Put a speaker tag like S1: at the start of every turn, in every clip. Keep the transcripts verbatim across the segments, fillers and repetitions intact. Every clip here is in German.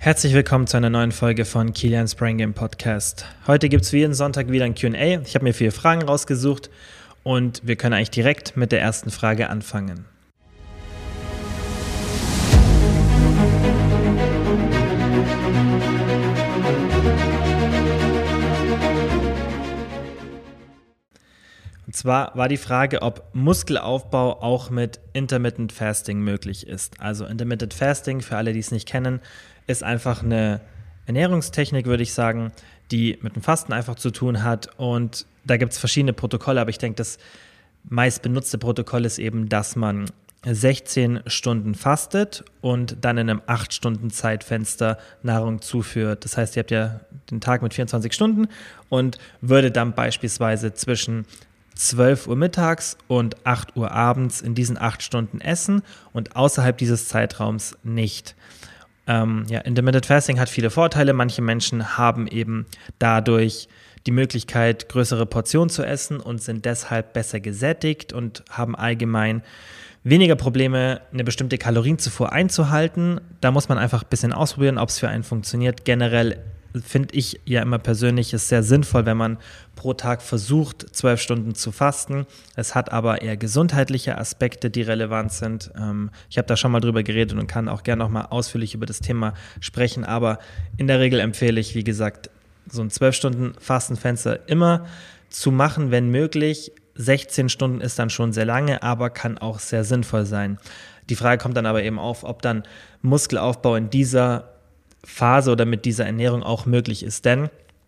S1: Herzlich willkommen zu einer neuen Folge von Kilian's Brain Game Podcast. Heute gibt es wie jeden Sonntag wieder ein Q und A. Ich habe mir vier Fragen rausgesucht und wir können eigentlich direkt mit der ersten Frage anfangen. Und zwar war die Frage, ob Muskelaufbau auch mit Intermittent Fasting möglich ist. Also Intermittent Fasting, für alle, die es nicht kennen, ist einfach eine Ernährungstechnik, würde ich sagen, die mit dem Fasten einfach zu tun hat. Und da gibt es verschiedene Protokolle, aber ich denke, das meist benutzte Protokoll ist eben, dass man sechzehn Stunden fastet und dann in einem acht Stunden Zeitfenster Nahrung zuführt. Das heißt, ihr habt ja den Tag mit vierundzwanzig Stunden und würde dann beispielsweise zwischen zwölf Uhr mittags und acht Uhr abends in diesen acht Stunden essen und außerhalb dieses Zeitraums nicht. Ähm, ja, Intermittent Fasting hat viele Vorteile. Manche Menschen haben eben dadurch die Möglichkeit, größere Portionen zu essen und sind deshalb besser gesättigt und haben allgemein weniger Probleme, eine bestimmte Kalorienzufuhr einzuhalten. Da muss man einfach ein bisschen ausprobieren, ob es für einen funktioniert. Generell finde ich ja immer persönlich, ist sehr sinnvoll, wenn man pro Tag versucht, zwölf Stunden zu fasten. Es hat aber eher gesundheitliche Aspekte, die relevant sind. Ähm, ich habe da schon mal drüber geredet und kann auch gerne noch mal ausführlich über das Thema sprechen, aber in der Regel empfehle ich, wie gesagt, so ein zwölf Stunden Fastenfenster immer zu machen, wenn möglich. sechzehn Stunden ist dann schon sehr lange, aber kann auch sehr sinnvoll sein. Die Frage kommt dann aber eben auf, ob dann Muskelaufbau in dieser Phase oder mit dieser Ernährung auch möglich ist, denn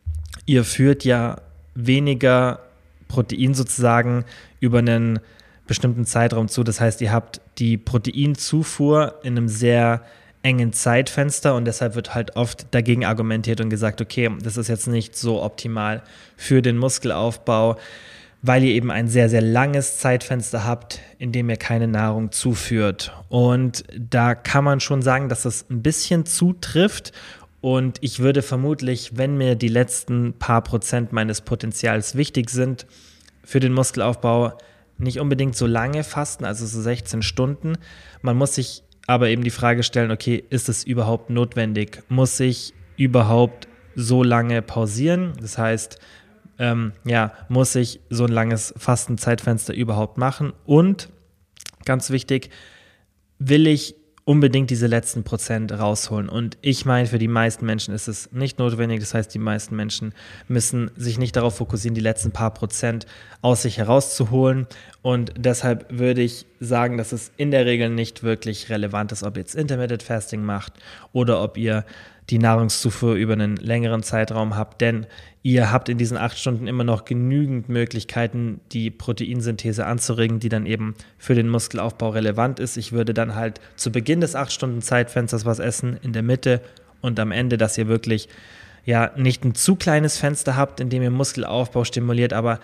S1: ihr führt ja weniger Protein sozusagen über einen bestimmten Zeitraum zu. Das heißt, ihr habt die Proteinzufuhr in einem sehr engen Zeitfenster und deshalb wird halt oft dagegen argumentiert und gesagt, okay, das ist jetzt nicht so optimal für den Muskelaufbau, weil ihr eben ein sehr, sehr langes Zeitfenster habt, in dem ihr keine Nahrung zuführt. Und da kann man schon sagen, dass das ein bisschen zutrifft. Und ich würde vermutlich, wenn mir die letzten paar Prozent meines Potenzials wichtig sind, für den Muskelaufbau nicht unbedingt so lange fasten, also so sechzehn Stunden. Man muss sich aber eben die Frage stellen, okay, ist es überhaupt notwendig? Muss ich überhaupt so lange pausieren? Das heißt, Ähm, ja, muss ich so ein langes Fastenzeitfenster überhaupt machen? Und ganz wichtig, will ich unbedingt diese letzten Prozent rausholen? Und ich meine, für die meisten Menschen ist es nicht notwendig. Das heißt, die meisten Menschen müssen sich nicht darauf fokussieren, die letzten paar Prozent aus sich herauszuholen. Und deshalb würde ich sagen, dass es in der Regel nicht wirklich relevant ist, ob ihr jetzt Intermittent Fasting macht oder ob ihr die Nahrungszufuhr über einen längeren Zeitraum habt, denn ihr habt in diesen acht Stunden immer noch genügend Möglichkeiten, die Proteinsynthese anzuregen, die dann eben für den Muskelaufbau relevant ist. Ich würde dann halt zu Beginn des acht Stunden Zeitfensters was essen, in der Mitte und am Ende, dass ihr wirklich ja nicht ein zu kleines Fenster habt, in dem ihr Muskelaufbau stimuliert, aber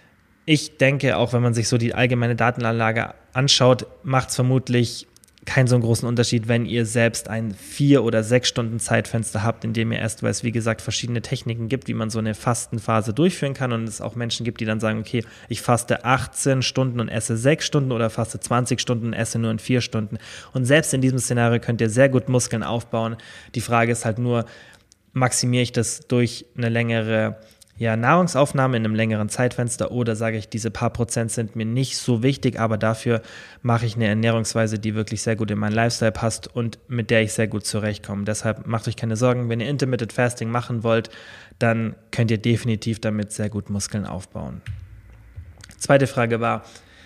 S1: ich denke, auch wenn man sich so die allgemeine Datenanlage anschaut, macht es vermutlich keinen so einen großen Unterschied, wenn ihr selbst ein vier- oder sechs Stunden Zeitfenster habt, in dem ihr esst, weil es, wie gesagt, verschiedene Techniken gibt, wie man so eine Fastenphase durchführen kann und es auch Menschen gibt, die dann sagen, okay, ich faste achtzehn Stunden und esse sechs Stunden oder faste zwanzig Stunden und esse nur in vier Stunden. Und selbst in diesem Szenario könnt ihr sehr gut Muskeln aufbauen. Die Frage ist halt nur, maximiere ich das durch eine längere Ja, Nahrungsaufnahme in einem längeren Zeitfenster oder sage ich, diese paar Prozent sind mir nicht so wichtig, aber dafür mache ich eine Ernährungsweise, die wirklich sehr gut in meinen Lifestyle passt und mit der ich sehr gut zurechtkomme. Deshalb macht euch keine Sorgen, wenn ihr Intermittent Fasting machen wollt, dann könnt ihr definitiv damit sehr gut Muskeln aufbauen. Zweite Frage war,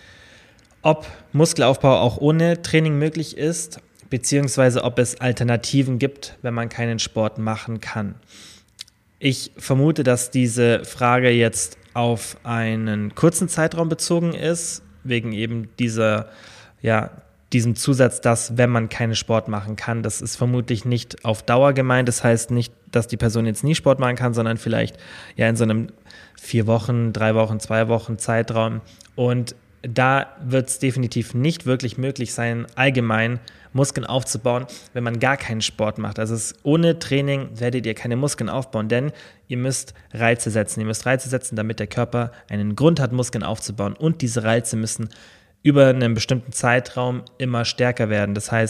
S1: ob Muskelaufbau auch ohne Training möglich ist, beziehungsweise ob es Alternativen gibt, wenn man keinen Sport machen kann. Ich vermute, dass diese Frage jetzt auf einen kurzen Zeitraum bezogen ist, wegen eben dieser, ja, diesem Zusatz, dass wenn man keinen Sport machen kann, das ist vermutlich nicht auf Dauer gemeint. Das heißt nicht, dass die Person jetzt nie Sport machen kann, sondern vielleicht ja in so einem vier Wochen, drei Wochen, zwei Wochen Zeitraum. Und da wird es definitiv nicht wirklich möglich sein, allgemein Muskeln aufzubauen, wenn man gar keinen Sport macht. Also es, ohne Training werdet ihr keine Muskeln aufbauen, denn ihr müsst Reize setzen. Ihr müsst Reize setzen, damit der Körper einen Grund hat, Muskeln aufzubauen. Und diese Reize müssen über einen bestimmten Zeitraum immer stärker werden. Das heißt,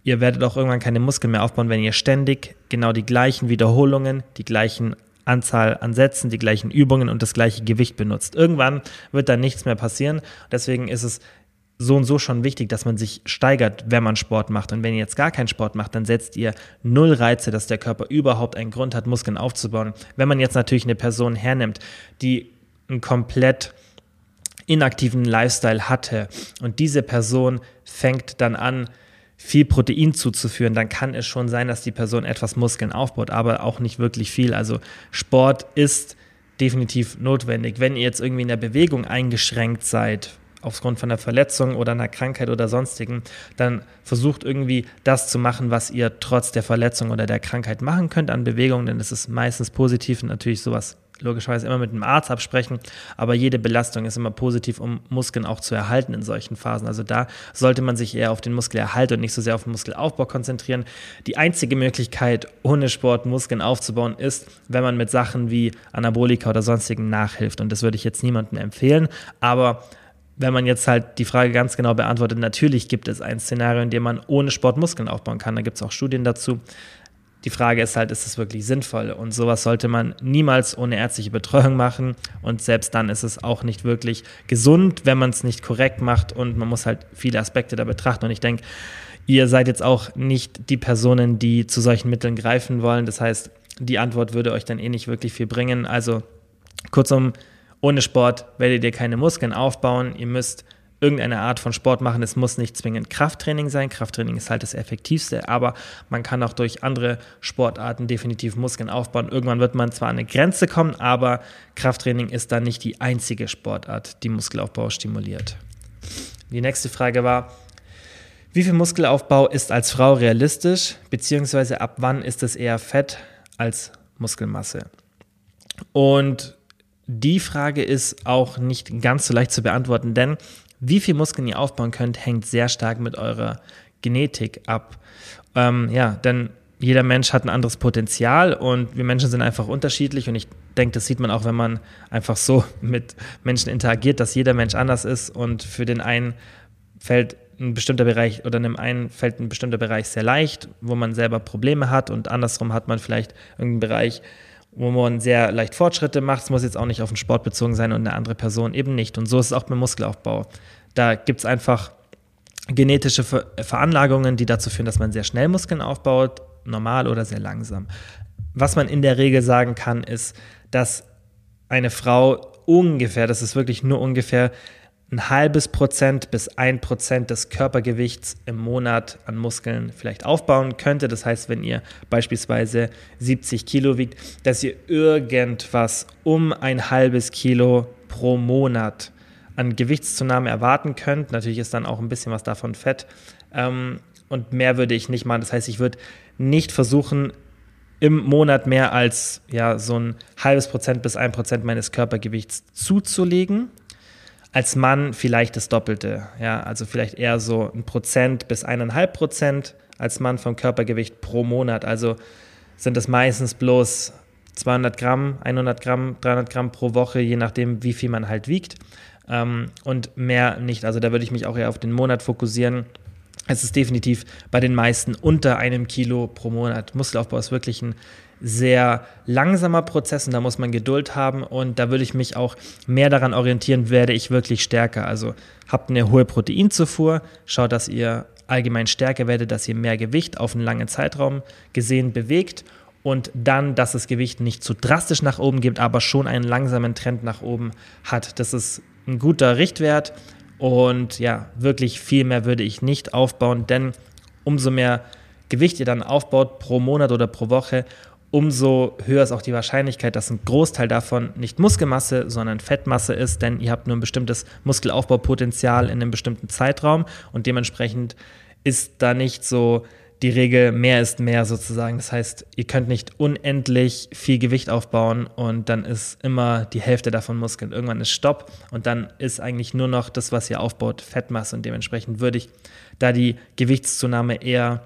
S1: Ihr werdet auch irgendwann keine Muskeln mehr aufbauen, wenn ihr ständig genau die gleichen Wiederholungen, die gleichen Anzahl an Sätzen, die gleichen Übungen und das gleiche Gewicht benutzt. Irgendwann wird da nichts mehr passieren. Deswegen ist es so und so schon wichtig, dass man sich steigert, wenn man Sport macht. Und wenn ihr jetzt gar keinen Sport macht, dann setzt ihr null Reize, dass der Körper überhaupt einen Grund hat, Muskeln aufzubauen. Wenn man jetzt natürlich eine Person hernimmt, die einen komplett inaktiven Lifestyle hatte und diese Person fängt dann an, viel Protein zuzuführen, dann kann es schon sein, dass die Person etwas Muskeln aufbaut, aber auch nicht wirklich viel. Also Sport ist definitiv notwendig. Wenn ihr jetzt irgendwie in der Bewegung eingeschränkt seid, aufgrund von einer Verletzung oder einer Krankheit oder sonstigen, dann versucht irgendwie das zu machen, was ihr trotz der Verletzung oder der Krankheit machen könnt an Bewegung, denn es ist meistens positiv und natürlich sowas logischerweise immer mit einem Arzt absprechen, aber jede Belastung ist immer positiv, um Muskeln auch zu erhalten in solchen Phasen. Also da sollte man sich eher auf den Muskelerhalt und nicht so sehr auf den Muskelaufbau konzentrieren. Die einzige Möglichkeit, ohne Sport Muskeln aufzubauen, ist, wenn man mit Sachen wie Anabolika oder sonstigen nachhilft. Und das würde ich jetzt niemandem empfehlen, aber wenn man jetzt halt die Frage ganz genau beantwortet, natürlich gibt es ein Szenario, in dem man ohne Sport Muskeln aufbauen kann. Da gibt es auch Studien dazu. Die Frage ist halt, ist es wirklich sinnvoll? Und sowas sollte man niemals ohne ärztliche Betreuung machen. Und selbst dann ist es auch nicht wirklich gesund, wenn man es nicht korrekt macht. Und man muss halt viele Aspekte da betrachten. Und ich denke, ihr seid jetzt auch nicht die Personen, die zu solchen Mitteln greifen wollen. Das heißt, die Antwort würde euch dann eh nicht wirklich viel bringen. Also kurzum, ohne Sport werdet ihr keine Muskeln aufbauen. Ihr müsst irgendeine Art von Sport machen. Es muss nicht zwingend Krafttraining sein. Krafttraining ist halt das Effektivste, aber man kann auch durch andere Sportarten definitiv Muskeln aufbauen. Irgendwann wird man zwar an eine Grenze kommen, aber Krafttraining ist dann nicht die einzige Sportart, die Muskelaufbau stimuliert. Die nächste Frage war, wie viel Muskelaufbau ist als Frau realistisch, beziehungsweise ab wann ist es eher Fett als Muskelmasse? Und die Frage ist auch nicht ganz so leicht zu beantworten, denn wie viel Muskeln ihr aufbauen könnt, hängt sehr stark mit eurer Genetik ab. Ähm, ja, denn jeder Mensch hat ein anderes Potenzial und wir Menschen sind einfach unterschiedlich und ich denke, das sieht man auch, wenn man einfach so mit Menschen interagiert, dass jeder Mensch anders ist und für den einen fällt ein bestimmter Bereich oder einem einen fällt ein bestimmter Bereich sehr leicht, wo man selber Probleme hat und andersrum hat man vielleicht irgendeinen Bereich, wo man sehr leicht Fortschritte macht. Es muss jetzt auch nicht auf den Sport bezogen sein und eine andere Person eben nicht. Und so ist es auch beim Muskelaufbau. Da gibt es einfach genetische Ver- Veranlagungen, die dazu führen, dass man sehr schnell Muskeln aufbaut, normal oder sehr langsam. Was man in der Regel sagen kann, ist, dass eine Frau ungefähr, das ist wirklich nur ungefähr, ein halbes Prozent bis ein Prozent des Körpergewichts im Monat an Muskeln vielleicht aufbauen könnte. Das heißt, wenn ihr beispielsweise siebzig Kilo wiegt, dass ihr irgendwas um ein halbes Kilo pro Monat an Gewichtszunahme erwarten könnt. Natürlich ist dann auch ein bisschen was davon Fett. Ähm, und mehr würde ich nicht machen. Das heißt, ich würde nicht versuchen, im Monat mehr als ja, so ein halbes Prozent bis ein Prozent meines Körpergewichts zuzulegen. Als Mann vielleicht das Doppelte, ja, also vielleicht eher so ein Prozent bis eineinhalb Prozent als Mann vom Körpergewicht pro Monat. Also sind es meistens bloß zweihundert Gramm, hundert Gramm, dreihundert Gramm pro Woche, je nachdem, wie viel man halt wiegt. Ähm, und mehr nicht. Also da würde ich mich auch eher auf den Monat fokussieren. Es ist definitiv bei den meisten unter einem Kilo pro Monat. Muskelaufbau ist wirklich ein sehr langsamer Prozess und da muss man Geduld haben und da würde ich mich auch mehr daran orientieren, werde ich wirklich stärker. Also habt eine hohe Proteinzufuhr, schaut, dass ihr allgemein stärker werdet, dass ihr mehr Gewicht auf einen langen Zeitraum gesehen bewegt und dann, dass das Gewicht nicht zu drastisch nach oben geht, aber schon einen langsamen Trend nach oben hat. Das ist ein guter Richtwert und ja, wirklich viel mehr würde ich nicht aufbauen, denn umso mehr Gewicht ihr dann aufbaut pro Monat oder pro Woche, umso höher ist auch die Wahrscheinlichkeit, dass ein Großteil davon nicht Muskelmasse, sondern Fettmasse ist, denn ihr habt nur ein bestimmtes Muskelaufbaupotenzial in einem bestimmten Zeitraum und dementsprechend ist da nicht so die Regel, mehr ist mehr sozusagen. Das heißt, ihr könnt nicht unendlich viel Gewicht aufbauen und dann ist immer die Hälfte davon Muskeln. Irgendwann ist Stopp und dann ist eigentlich nur noch das, was ihr aufbaut, Fettmasse und dementsprechend würde ich da die Gewichtszunahme eher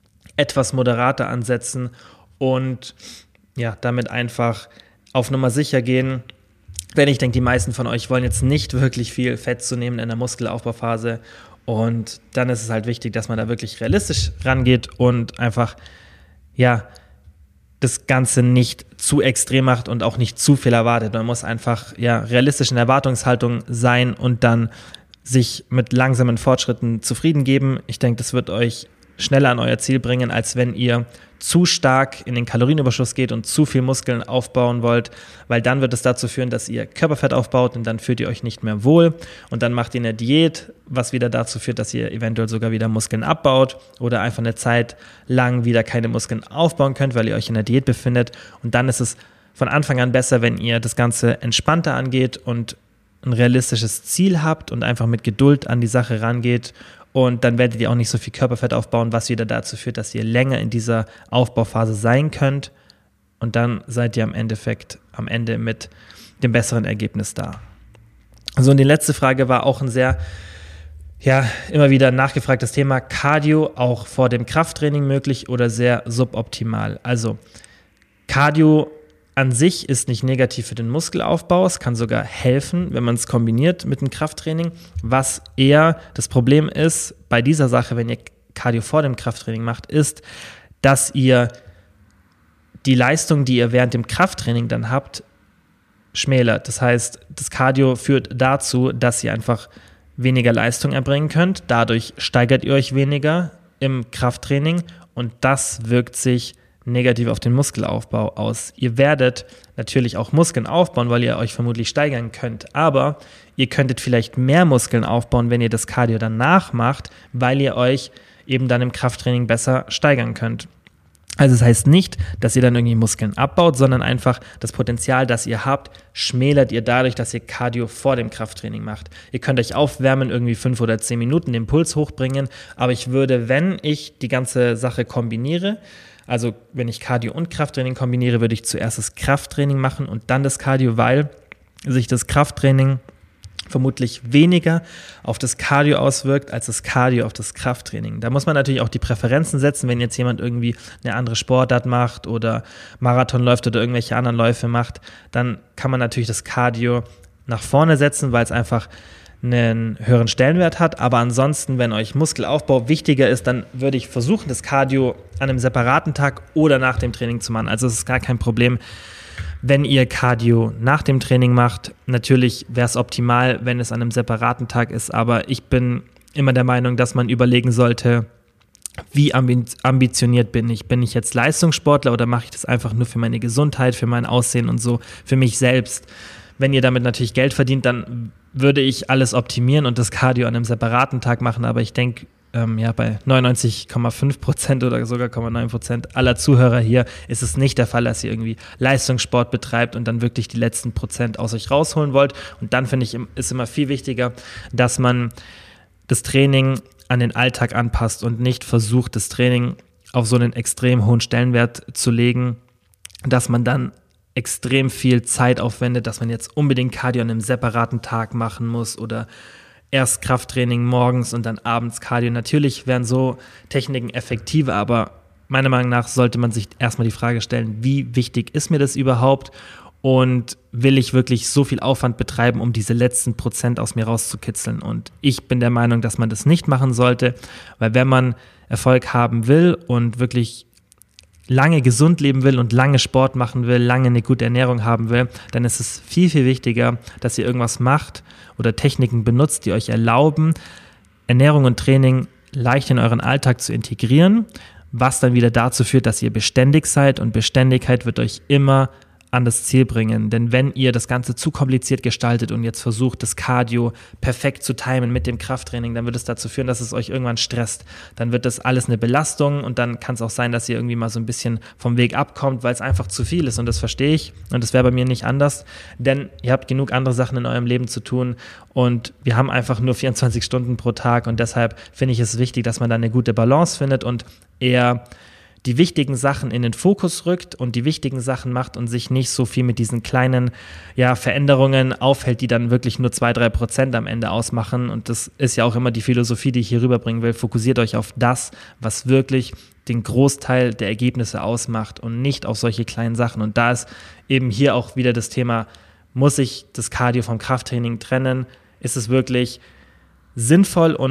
S1: etwas moderater ansetzen und ja, damit einfach auf Nummer sicher gehen. Denn ich denke, die meisten von euch wollen jetzt nicht wirklich viel Fett zunehmen in der Muskelaufbauphase Und dann ist es halt wichtig, dass man da wirklich realistisch rangeht und einfach, ja, das Ganze nicht zu extrem macht und auch nicht zu viel erwartet. Man muss einfach, ja, realistisch in der Erwartungshaltung sein und dann sich mit langsamen Fortschritten zufrieden geben. Ich denke, das wird euch schneller an euer Ziel bringen, als wenn ihr zu stark in den Kalorienüberschuss geht und zu viel Muskeln aufbauen wollt, weil dann wird es dazu führen, dass ihr Körperfett aufbaut und dann fühlt ihr euch nicht mehr wohl und dann macht ihr eine Diät, was wieder dazu führt, dass ihr eventuell sogar wieder Muskeln abbaut oder einfach eine Zeit lang wieder keine Muskeln aufbauen könnt, weil ihr euch in der Diät befindet und dann ist es von Anfang an besser, wenn ihr das Ganze entspannter angeht und ein realistisches Ziel habt und einfach mit Geduld an die Sache rangeht. Und dann werdet ihr auch nicht so viel Körperfett aufbauen, was wieder dazu führt, dass ihr länger in dieser Aufbauphase sein könnt. Und dann seid ihr am Endeffekt am Ende mit dem besseren Ergebnis da. So, und die letzte Frage war auch ein sehr, ja, immer wieder nachgefragtes Thema. Cardio auch vor dem Krafttraining möglich oder sehr suboptimal? Also, Cardio an sich ist nicht negativ für den Muskelaufbau, es kann sogar helfen, wenn man es kombiniert mit dem Krafttraining. Was eher das Problem ist bei dieser Sache, wenn ihr Cardio vor dem Krafttraining macht, ist, dass ihr die Leistung, die ihr während dem Krafttraining dann habt, schmälert. Das heißt, das Cardio führt dazu, dass ihr einfach weniger Leistung erbringen könnt. Dadurch steigert ihr euch weniger im Krafttraining und das wirkt sich negativ auf den Muskelaufbau aus. Ihr werdet natürlich auch Muskeln aufbauen, weil ihr euch vermutlich steigern könnt, aber ihr könntet vielleicht mehr Muskeln aufbauen, wenn ihr das Cardio danach macht, weil ihr euch eben dann im Krafttraining besser steigern könnt. Also das heißt nicht, dass ihr dann irgendwie Muskeln abbaut, sondern einfach das Potenzial, das ihr habt, schmälert ihr dadurch, dass ihr Cardio vor dem Krafttraining macht. Ihr könnt euch aufwärmen, irgendwie fünf oder zehn Minuten den Puls hochbringen, aber ich würde, wenn ich die ganze Sache kombiniere, also wenn ich Cardio und Krafttraining kombiniere, würde ich zuerst das Krafttraining machen und dann das Cardio, weil sich das Krafttraining vermutlich weniger auf das Cardio auswirkt, als das Cardio auf das Krafttraining. Da muss man natürlich auch die Präferenzen setzen, wenn jetzt jemand irgendwie eine andere Sportart macht oder Marathon läuft oder irgendwelche anderen Läufe macht, dann kann man natürlich das Cardio nach vorne setzen, weil es einfach einen höheren Stellenwert hat, aber ansonsten, wenn euch Muskelaufbau wichtiger ist, dann würde ich versuchen, das Cardio an einem separaten Tag oder nach dem Training zu machen. Also es ist gar kein Problem, wenn ihr Cardio nach dem Training macht. Natürlich wäre es optimal, wenn es an einem separaten Tag ist, aber ich bin immer der Meinung, dass man überlegen sollte, wie ambitioniert bin ich? Bin ich jetzt Leistungssportler oder mache ich das einfach nur für meine Gesundheit, für mein Aussehen und so, für mich selbst? Wenn ihr damit natürlich Geld verdient, dann würde ich alles optimieren und das Cardio an einem separaten Tag machen, aber ich denke, ähm, ja, bei neunundneunzig Komma fünf Prozent oder sogar null Komma neun Prozent aller Zuhörer hier ist es nicht der Fall, dass ihr irgendwie Leistungssport betreibt und dann wirklich die letzten Prozent aus euch rausholen wollt. Und dann finde ich, ist immer viel wichtiger, dass man das Training an den Alltag anpasst und nicht versucht, das Training auf so einen extrem hohen Stellenwert zu legen, dass man dann extrem viel Zeit aufwendet, dass man jetzt unbedingt Cardio an einem separaten Tag machen muss oder erst Krafttraining morgens und dann abends Cardio. Natürlich wären so Techniken effektiver, aber meiner Meinung nach sollte man sich erstmal die Frage stellen, wie wichtig ist mir das überhaupt und will ich wirklich so viel Aufwand betreiben, um diese letzten Prozent aus mir rauszukitzeln? Und ich bin der Meinung, dass man das nicht machen sollte, weil wenn man Erfolg haben will und wirklich lange gesund leben will und lange Sport machen will, lange eine gute Ernährung haben will, dann ist es viel, viel wichtiger, dass ihr irgendwas macht oder Techniken benutzt, die euch erlauben, Ernährung und Training leicht in euren Alltag zu integrieren, was dann wieder dazu führt, dass ihr beständig seid und Beständigkeit wird euch immer an das Ziel bringen. Denn wenn ihr das Ganze zu kompliziert gestaltet und jetzt versucht, das Cardio perfekt zu timen mit dem Krafttraining, dann wird es dazu führen, dass es euch irgendwann stresst. Dann wird das alles eine Belastung und dann kann es auch sein, dass ihr irgendwie mal so ein bisschen vom Weg abkommt, weil es einfach zu viel ist und das verstehe ich und das wäre bei mir nicht anders, denn ihr habt genug andere Sachen in eurem Leben zu tun und wir haben einfach nur vierundzwanzig Stunden pro Tag und deshalb finde ich es wichtig, dass man da eine gute Balance findet und eher die wichtigen Sachen in den Fokus rückt und die wichtigen Sachen macht und sich nicht so viel mit diesen kleinen ja, Veränderungen aufhält, die dann wirklich nur zwei, drei Prozent am Ende ausmachen. Und das ist ja auch immer die Philosophie, die ich hier rüberbringen will. Fokussiert euch auf das, was wirklich den Großteil der Ergebnisse ausmacht und nicht auf solche kleinen Sachen. Und da ist eben hier auch wieder das Thema, muss ich das Cardio vom Krafttraining trennen? Ist es wirklich sinnvoll und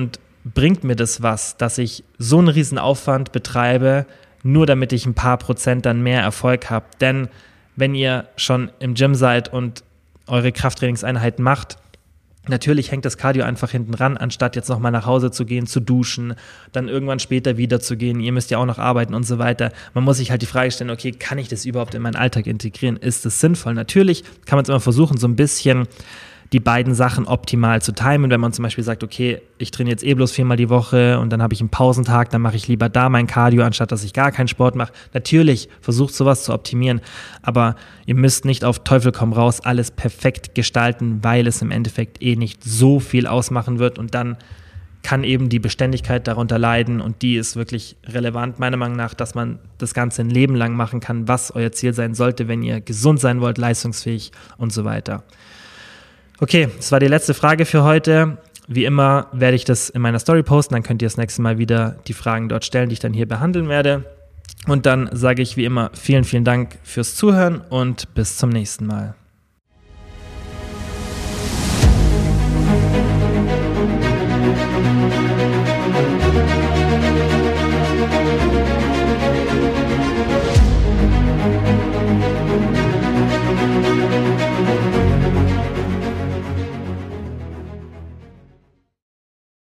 S1: bringt mir das was, dass ich so einen riesen Aufwand betreibe, nur damit ich ein paar Prozent dann mehr Erfolg habe. Denn wenn ihr schon im Gym seid und eure Krafttrainingseinheiten macht, natürlich hängt das Cardio einfach hinten ran, anstatt jetzt nochmal nach Hause zu gehen, zu duschen, dann irgendwann später wieder zu gehen. Ihr müsst ja auch noch arbeiten und so weiter. Man muss sich halt die Frage stellen, okay, kann ich das überhaupt in meinen Alltag integrieren? Ist das sinnvoll? Natürlich kann man es immer versuchen, so ein bisschen die beiden Sachen optimal zu timen. Wenn man zum Beispiel sagt, okay, ich trainiere jetzt eh bloß viermal die Woche und dann habe ich einen Pausentag, dann mache ich lieber da mein Cardio, anstatt dass ich gar keinen Sport mache. Natürlich, versucht sowas zu optimieren, aber ihr müsst nicht auf Teufel komm raus alles perfekt gestalten, weil es im Endeffekt eh nicht so viel ausmachen wird und dann kann eben die Beständigkeit darunter leiden und die ist wirklich relevant, meiner Meinung nach, dass man das Ganze ein Leben lang machen kann, was euer Ziel sein sollte, wenn ihr gesund sein wollt, leistungsfähig und so weiter. Okay, das war die letzte Frage für heute. Wie immer werde ich das in meiner Story posten, dann könnt ihr das nächste Mal wieder die Fragen dort stellen, die ich dann hier behandeln werde. Und dann sage ich wie immer vielen, vielen Dank fürs Zuhören und bis zum nächsten Mal.